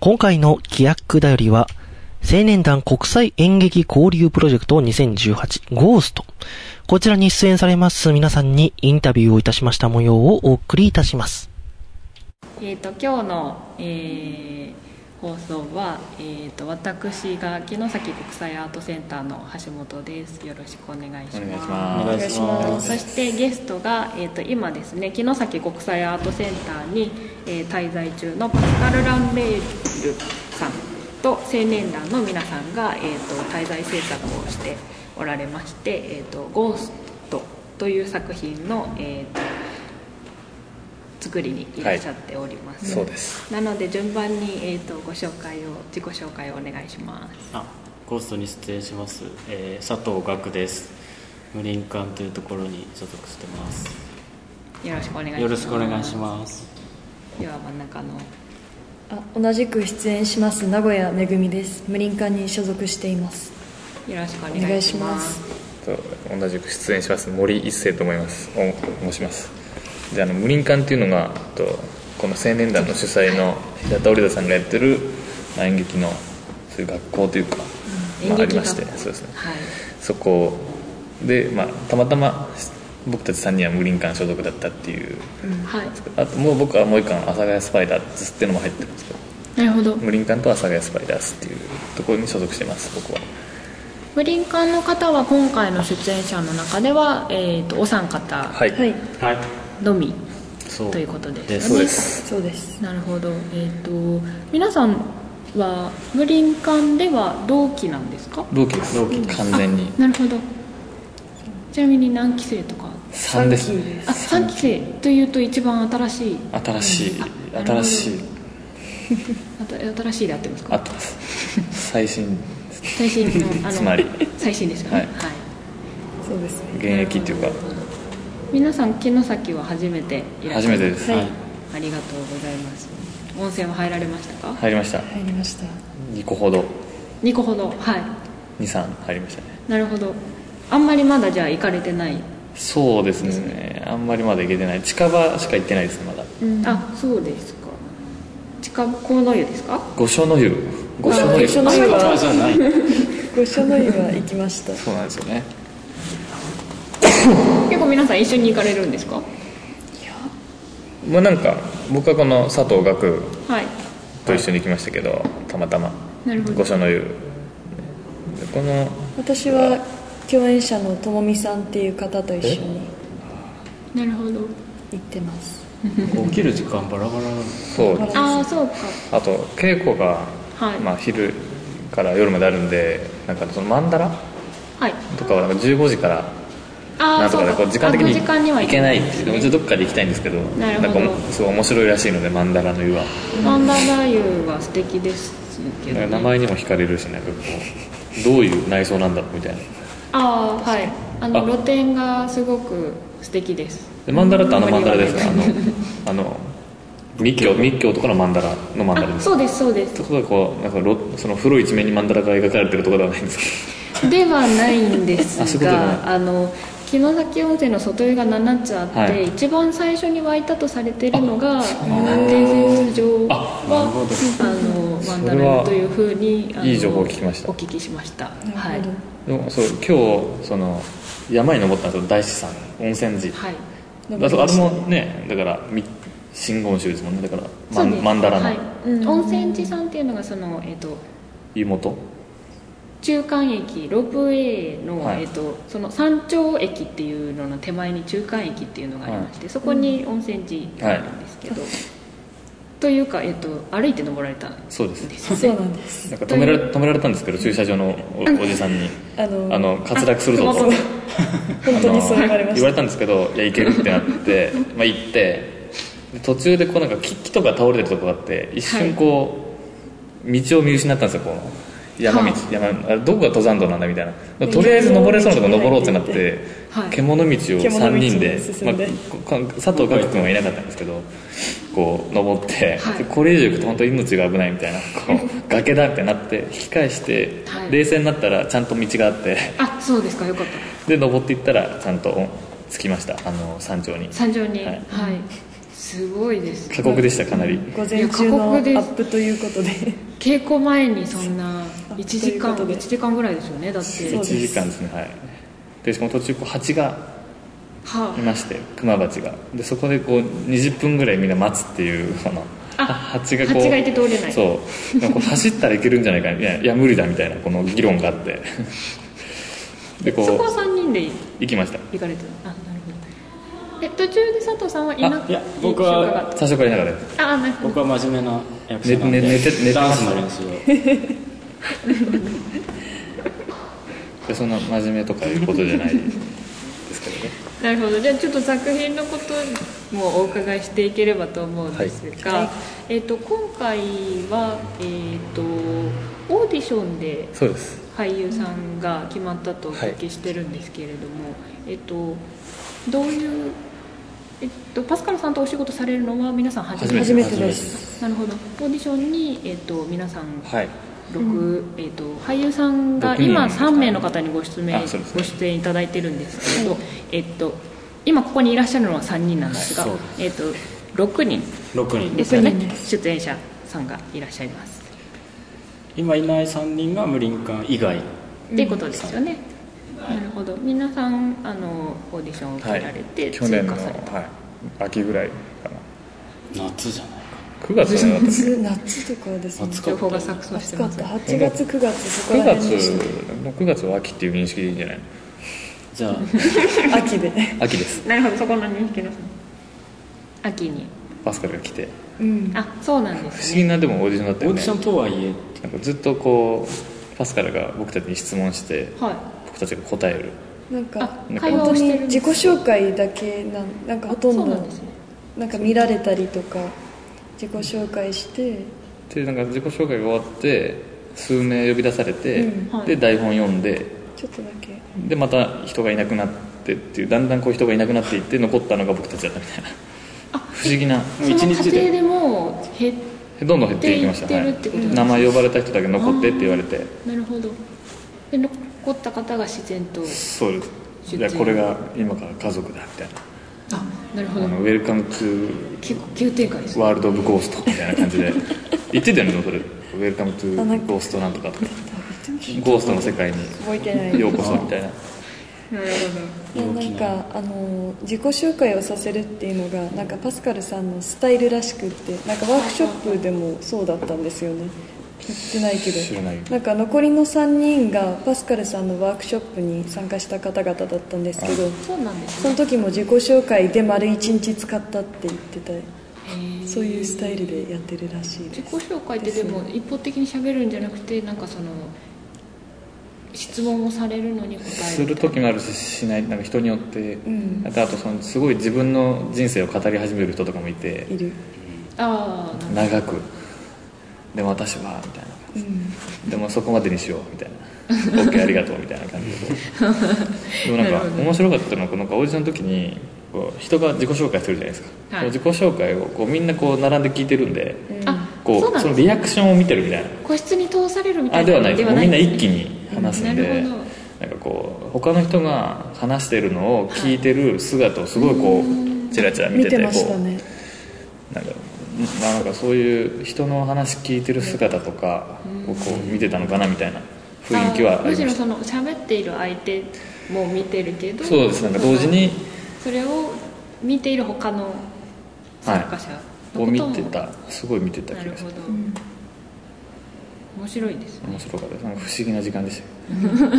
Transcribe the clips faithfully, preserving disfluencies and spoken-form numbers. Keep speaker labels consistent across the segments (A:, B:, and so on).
A: 今回の規約だよりは、青年団国際演劇交流プロジェクトにせんじゅうはちゴースト。こちらに出演されます皆さんにインタビューをいたしました模様をお送りいたします。
B: えーと、今日の、えー放送は、えー、と私が城崎国際アートセンターの橋本です。よろしくお願いします。
C: お願いします。
B: そしてゲストが、えー、と今ですね城崎国際アートセンターに、えー、滞在中のパスカル・ランベールさんと青年団の皆さんが、えー、と滞在制作をしておられまして、えー、とゴーストという作品の、えー、と作りにいらっしゃっております、
C: はい、そうです。
B: なので順番に、えー、とご紹介を自己紹介をお願いします。
D: あ、ゴーストに出演します、えー、佐藤岳です。無林館というところに所属してます。
B: よろしくお願いします。
D: よろしくお願いします。
B: では真ん中の
E: あ、同じく出演します名古屋めぐみです。無林館に所属しています。
B: よろしくお願いします。
C: と同じく出演します森一成と思います申します。であの無林館っていうのがとこの青年団の主催の平田織田さんがやってる、まあ、演劇のそういう学校というか、うんまあ、ありまして、そうですね、はい、そこで、まあ、たまたま僕たちさんにんは無林館所属だったっていう、うんはい、あともう僕はもう一巻阿佐ヶ谷スパイダーズっていうのも入ってるんですけど、
B: なるほど。
C: 無林館と阿佐ヶ谷スパイダーズっていうところに所属してます僕は。
B: 無林館の方は今回の出演者の中では、えー、とお三方
C: はい、はい
B: のみということですね。
C: そうです。
E: そうです。
B: なるほど。えっ、ー、と皆さんは無林館では同期なんですか？
C: 同期です。同期完全に。
B: なるほど。ちなみに何期生とか？
C: さんです。
B: あ、さんき生というと一番新しい。
C: 新しい。新しい。
B: 新しいで合ってますか？
C: 合ってます。最新。
B: 最新のあの
C: つまり
B: 最新ですよね。はい。はい、
E: そうですね。
C: 現役っていうか。
B: 皆さん城崎は初めていらっしゃる。
C: 初めてです、はい、
B: ありがとうございます。温泉は入られましたか？
C: 入りました。
E: 入りました。
C: にこほど
B: にこほど、はい、
C: にさん入りましたね。
B: なるほど。あんまりまだじゃあ行かれてない？
C: そうですね、あんまりまだ行けてない。近場しか行ってないですまだ、
B: うん、あ、そうですか。近場河野湯ですか？
C: 御所の湯。
E: 御所の湯御所の湯はじゃない御所の湯は行きました。
C: そうなんですよね。
B: 結構皆さん一緒に行かれるんですか？い
C: や、まあ、なんか僕はこの佐藤岳と一緒に行きましたけど、はい、たまたま御所の湯。この
E: 私は共演者のともみさんっていう方と一緒に
B: なるほど
E: 行ってます。
D: 起きる時間バラバラなんです。
C: そう
B: ああ、そうか。
C: あと稽古が、はい、まあ、昼から夜まであるんで、なんかそのマンダラ、はい、とかはなんかじゅうごじからなんとかでこう時間的に行けないっていう、もちろんどっかで行きたいんですけど、なんかすごい面白いらしいので、マンダラの湯は。
B: マンダラ湯は素敵ですけど、ね、
C: 名前にも惹かれるし、なんかこうどういう内装なんだろうみたいな。
B: ああ、はい、あの露店がすごく素敵です。
C: でマンダラってあのマンダラですか？あのあの密教密教とかのマンダラのマンダラです。
B: そうですそうです。
C: ところがこうなんかその風呂一面にマンダラが描かれてるところではないんですか？
B: ではないんですが、あの城崎温泉の外湯がななつあって、はい、一番最初に湧いたとされているのが伝説上はあのマンダラ湯というふうに
C: いい情報を聞きました。
B: お聞きしました。はい。
C: でもそう今日その山に登ったんですよ、大師さん温泉寺。はい。だからあれもね、だから真言宗ですもんね。だからマン、マンダラの、はい、
B: うん、温泉寺さんっていうのがそのえっ、ー、と
C: 湯本。
B: 中間駅ロープウェイの、
C: はい、
B: えー、とその山頂駅っていうのの手前に中間駅っていうのがありまして、はい、そこに温泉寺があるんですけど、はい、というか、えー、と歩いて登られたんです。
C: そうです、
E: そうなんです。
C: なんか止められ、止められたんですけど、駐車場の お, おじさんにあのあの滑落するぞと本
E: 当にそう言われました。
C: 言われたんですけど、いや行けるってなってまあ行って途中でこうなんか木とか倒れてるとこがあって一瞬こう、はい、道を見失ったんですよ。こう山道、山どこが登山道なんだみたいな、とりあえず登れそうなとこ登ろうってなって、はい、獣道をさんにんで、まあ、佐藤岳君はいなかったんですけどこう登って、はい、これ以上行くと本当に命が危ないみたいな、こう崖だってなって引き返して、はい、冷静になったらちゃんと道があって、
B: あ、そうですか、よかった。
C: で登っていったらちゃんと着きました、あの山頂に。
B: 山頂に、はい、はい、 すごいです
C: 過酷でしたかなり。
E: 午前中のアップということで
B: 稽古前にそんないちじかん
E: ということで
B: いちじかんぐらいですよね。だって
E: そうです
C: いちじかんですね。はい。でしかも途中こう蜂が
B: はい
C: まして、クマバチがでそこでこうにじゅっぷんぐらいみんな待つっていうこの
B: あ
C: 蜂がこう
B: 蜂がいて通れない。
C: そうでもこう走ったらいけるんじゃないかいやいや無理だみたいなこの議論があってでこう
B: そこはさんにんで
C: 行きました。
B: 行かれてる。あ、なるほど。え途中で佐藤さんはいなく
D: いや僕は
B: 伺った
C: 最初からいながら
B: あ、なるほど。
D: 僕は真面目な役者なんで、
C: ねね寝て寝て
D: ダンス
C: ました
D: の練習を
C: でそんな真面目とかいうことじゃないですけどね。
B: なるほど。じゃあちょっと作品のこともお伺いしていければと思うんですが、
E: はい
B: えっ、と今回はえっ、とオーディションで
C: そうです。
B: 俳優さんが決まったとお聞きしてるんですけれども、えっ、とどういうえっと、パスカルさんとお仕事されるのは皆さん初めて
E: 初めてです
B: なるほど。オーディションに、えっと、皆さん
C: はい。
B: ろく、えっと、俳優さんが
C: ろくにん
B: 今さんめいの方にご出演、
C: あそうですね
B: ご出演いただいてるんですけれど、えっと、今ここにいらっしゃるのはさんにんなんですが、
D: はいそう
B: えっと、ろくにん
D: ろくにん
B: ですよね。
E: ろくにんで
B: 出演者さんがいらっしゃいます、
D: 今いないさんにんが無林館以外。
B: っていうことですよね。なるほど。皆さんあのオーディションを受けられて通
C: 去年の、
B: 過された、
C: はい、秋ぐらいかな。
D: 夏じゃないか。
C: くがつじゃなかったっけ
E: 夏夏とかですね
D: 暑か
B: 情報が錯綜してます
E: 暑かったはちがつくがつそこ
C: 9
E: ら
C: 月
E: 辺でし
C: くがつは秋っていう認識でいいんじゃないの。
D: じゃあ
E: た秋で
C: 秋です。
B: なるほど。そこの認識の秋に
C: パスカルが来て
E: うん
B: あ、そうなんで
C: 不
B: すね。
C: 思議なでもオーディションだったよね。
D: オーディションとはいえ
C: なんかずっとこうパスカルが僕たちに質問して
B: はい。
C: 僕たちが答える。
E: なんか
B: あ、会話
E: 本当
B: をしてるん
E: に自
B: です
E: 己紹介だけなんなんかほとんど
B: そうなんですね。
E: なんか見られたりとか自己紹介して
C: でなんか自己紹介が終わって数名呼び出されて、
E: うん
B: はい
C: で台本読んで
E: ちょっとだけ
C: でまた人がいなくなってっていうだんだんこう人がいなくなっていって残ったのが僕たちだったみたいな不思議な
B: その過程でもう減っ
C: どんどん減っていきました、
B: 減っていってるってことなんですね
C: 名前呼ばれた人だけ残ってって言われて
B: なるほど。で残った方が自然と
C: そうです
B: 出演
C: じゃあこれが今から家族だみたい
B: あ、なるほど。
C: なあのウェルカムトゥ
B: 結構急展開ですね。
C: ワールド・オブ・ゴーストみたいな感じで言ってたよねそれウェルカムトゥ
E: あなんか
C: ゴーストなんとかとかゴーストの世界に
E: 覚えてない
C: ようこそみたいな
B: なるほど。
E: でなんかあの自己紹介をさせるっていうのがなんかパスカルさんのスタイルらしくってなんかワークショップでもそうだったんですよね。言ってないけど
C: 知らない
E: なんか残りのさんにんがパスカルさんのワークショップに参加した方々だったんですけど
B: そうなんです
E: そ
B: ね。
E: の時も自己紹介で丸一日使ったって言ってたそういうスタイルでやってるらしい
B: 自己
E: です
B: 紹介ってでも一方的に喋るんじゃなくてなんかその質問をされるのに答える
C: する時もあるししないなんか人によって、
E: ん
C: あとあとそのすごい自分の人生を語り始める人とかもいて
E: いる
B: ああ、なる
C: 長くでも私はみたいな
E: うん
C: でもそこまでにしようみたいな OK ありがとうみたいな感じでこうでもなんか
B: なるほど
C: 面白かったのはこのなんかオーディションの時にこう人が自己紹介するじゃないですか、
B: はい
C: その自己紹介をこうみんなこう並んで聞いてるんで、
B: あ、
C: こ
B: そうなんです
C: うそのリアクションを見てるみたいな
B: 個室に通されるみたいな
C: あではないですもうみんな一気に話すんで、
B: うんなるほど
C: なんかこう他の人が話してるのを聞いてる姿をすごいこうチラチラ見てて
E: 見てました
C: こ
E: ね
C: うなんかまあなんかそういう人の話聞いてる姿とかをこう見てたのかなみたいな雰囲気はあ
B: むしろ
C: りました
B: その喋っている相手も見てるけど
C: そうですなんか同時に
B: それを見ている他の参加者の
C: を
B: ことも、
C: 見てたすごい見てた気がする
B: なるほど、面白いですね。
C: 面白かったですなんか不思議な時間でしたよ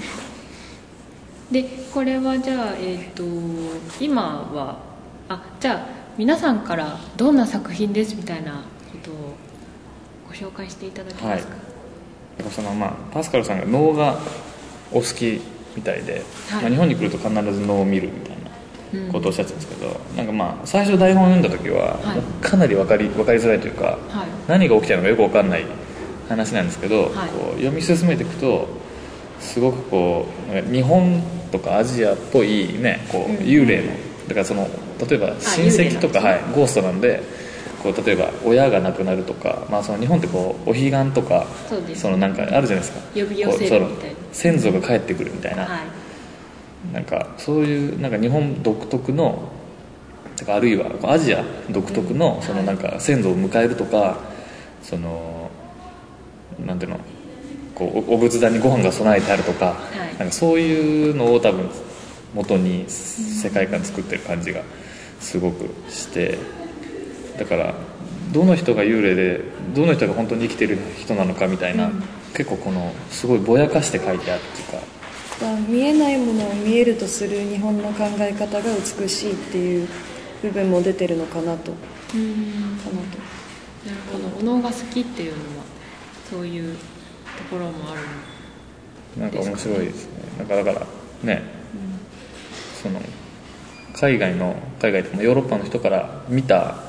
B: でこれはじゃあ、えー、と今はあじゃあ皆さんからどんな作品ですみたいなことをご紹介していただけますか。
C: だからそのまあパスカルさんが能がお好きみたいで、
B: はい
C: まあ、日本に来ると必ず能を見るみたいなことをおっしゃってたんですけど、なんかまあ最初台本を読んだ時は、
B: はい
C: もうかなり分かり分かりづらいというか、
B: はい
C: 何が起きたのかよく分かんない話なんですけど、
B: はい
C: こう読み進めていくとすごくこう日本とかアジアっぽいねこう幽霊の、だからその例えば親戚とか、はい、ゴーストなんでこう例えば親が亡くなるとか、まあ、その日本ってこうお彼岸とか
B: そうです
C: そのなんかあるじゃないですか
B: 呼び寄せるみたいな
C: こうその先祖が帰ってくるみたいな、
B: はい
C: なんかそういうなんか日本独特のとかあるいはアジア独特のそのなんか先祖を迎えるとか、そのなんていうのこうお仏壇にご飯が備えてあるとか、
B: い、
C: なんかそういうのを多分元に世界観作ってる感じがすごくして、だからどの人が幽霊でどの人が本当に生きてる人なのかみたいな、うん、結構このすごいぼやかして書いてあるっていうか、
E: 見えないものを見えるとする日本の考え方が美しいっていう部分も出てるのかなと。
B: うん、かなと。なるほど。お能が好きっていうのはそういうところもある
C: なんか面白いですね。なんかだからね、うん、その海外の海外とかヨーロッパの人から見た、はい、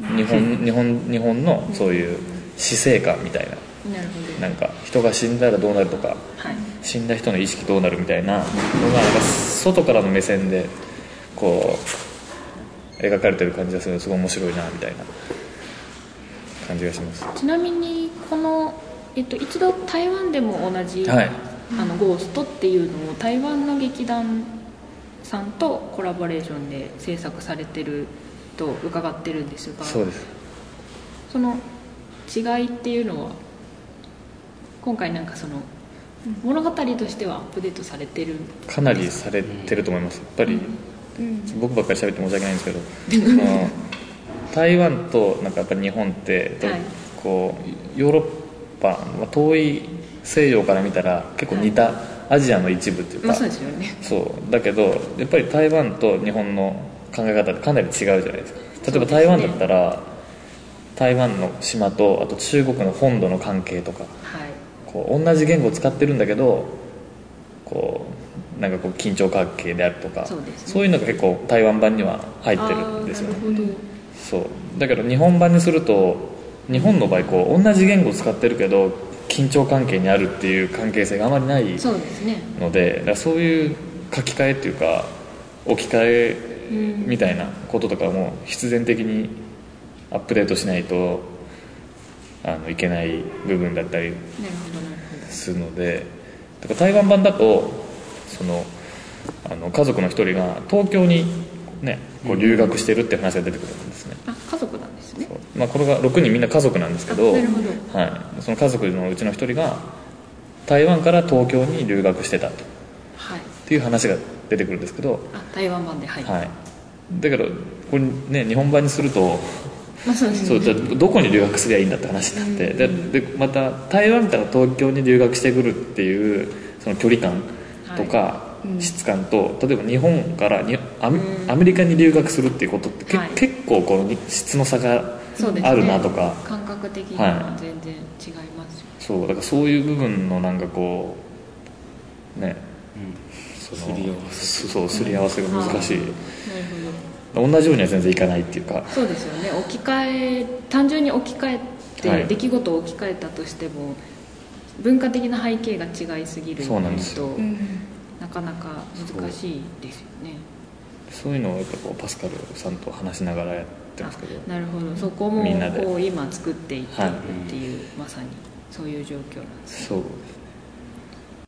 C: 日本日本日本のそういう死生観みたいな。
B: なるほど。
C: なんか人が死んだらどうなるとか、はい、死んだ人の意識どうなるみたいなのがなんか外からの目線でこう描かれてる感じがするのすごい面白いなみたいな感じがします。
B: ちなみにこの、えっと、一度台湾でも同じ、はい、あのゴーストっていうのを台湾の劇団さんとコラボレーションで制作されてると伺ってるんですが、
C: そうです。
B: その違いっていうのは今回なんかその物語としてはアップデートされてる
C: かなりされてると思います。やっぱり、うん、僕ばっかり喋って申し訳ないんですけど、その台湾となんかやっぱり日本って、はい、こうヨーロッパ、遠い西洋から見たら結構似たアジアの一部っていうか、
B: まあ、そうですよね。
C: そうだけどやっぱり台湾と日本の考え方ってかなり違うじゃないですか。例えば台湾だったら、台湾の島とあと中国の本土の関係とか、はい、こう同じ言語を使ってるんだけどこうなんかこう緊張関係であるとか そうですね、そういうのが結構台湾版には入ってるんですよね。
B: なるほど。
C: そうだけど日本版にすると日本の場合こう同じ言語を使ってるけど緊張関係にあるっていう関係性があまりないので、
B: そうですね、
C: だからそういう書き換えっていうか置き換えみたいなこととかも必然的にアップデートしないとあのいけない部分だったりするので、だから台湾版だとそのあの家族の一人が東京に、ね、こう留学してるって話が出てくるんですね。
B: あ、家族なんですね。
C: まあ、これがろくにんみんな家族なんですけど、
B: なるほど、
C: はい、その家族のうちの一人が台湾から東京に留学してたと、はい、っていう話が出てくるんですけど、
B: あ、台湾版で、はい、
C: はい、だけどこれ、ね、日本版にすると
B: まあそうですね、
C: そうじゃあどこに留学すりゃいいんだって話になって、ででまた台湾から東京に留学してくるっていうその距離感とか、はい、質感と例えば日本からに ア, メアメリカに留学するっていうことって、はい、結構この質の差があるなとか、
B: ね、感覚的には全然違いますよ、はい、
C: そうだからそういう部分のなんかこうね、
D: うん、そのすり合わせ
C: そうすり合わせが難しい、うん、なる
B: ほど。
C: 同じようには全然いかないっていうか、
B: そうですよね。置き換え単純に置き換えて、はい、出来事を置き換えたとしても文化的な背景が違いすぎるとなかなか難しいですよね。
C: そういうのをやっぱこうパスカルさんと話しながらやってますけど、
B: なるほど。そこもこう今作っていっているっていう、はい、まさにそういう状況なんですね。
C: そう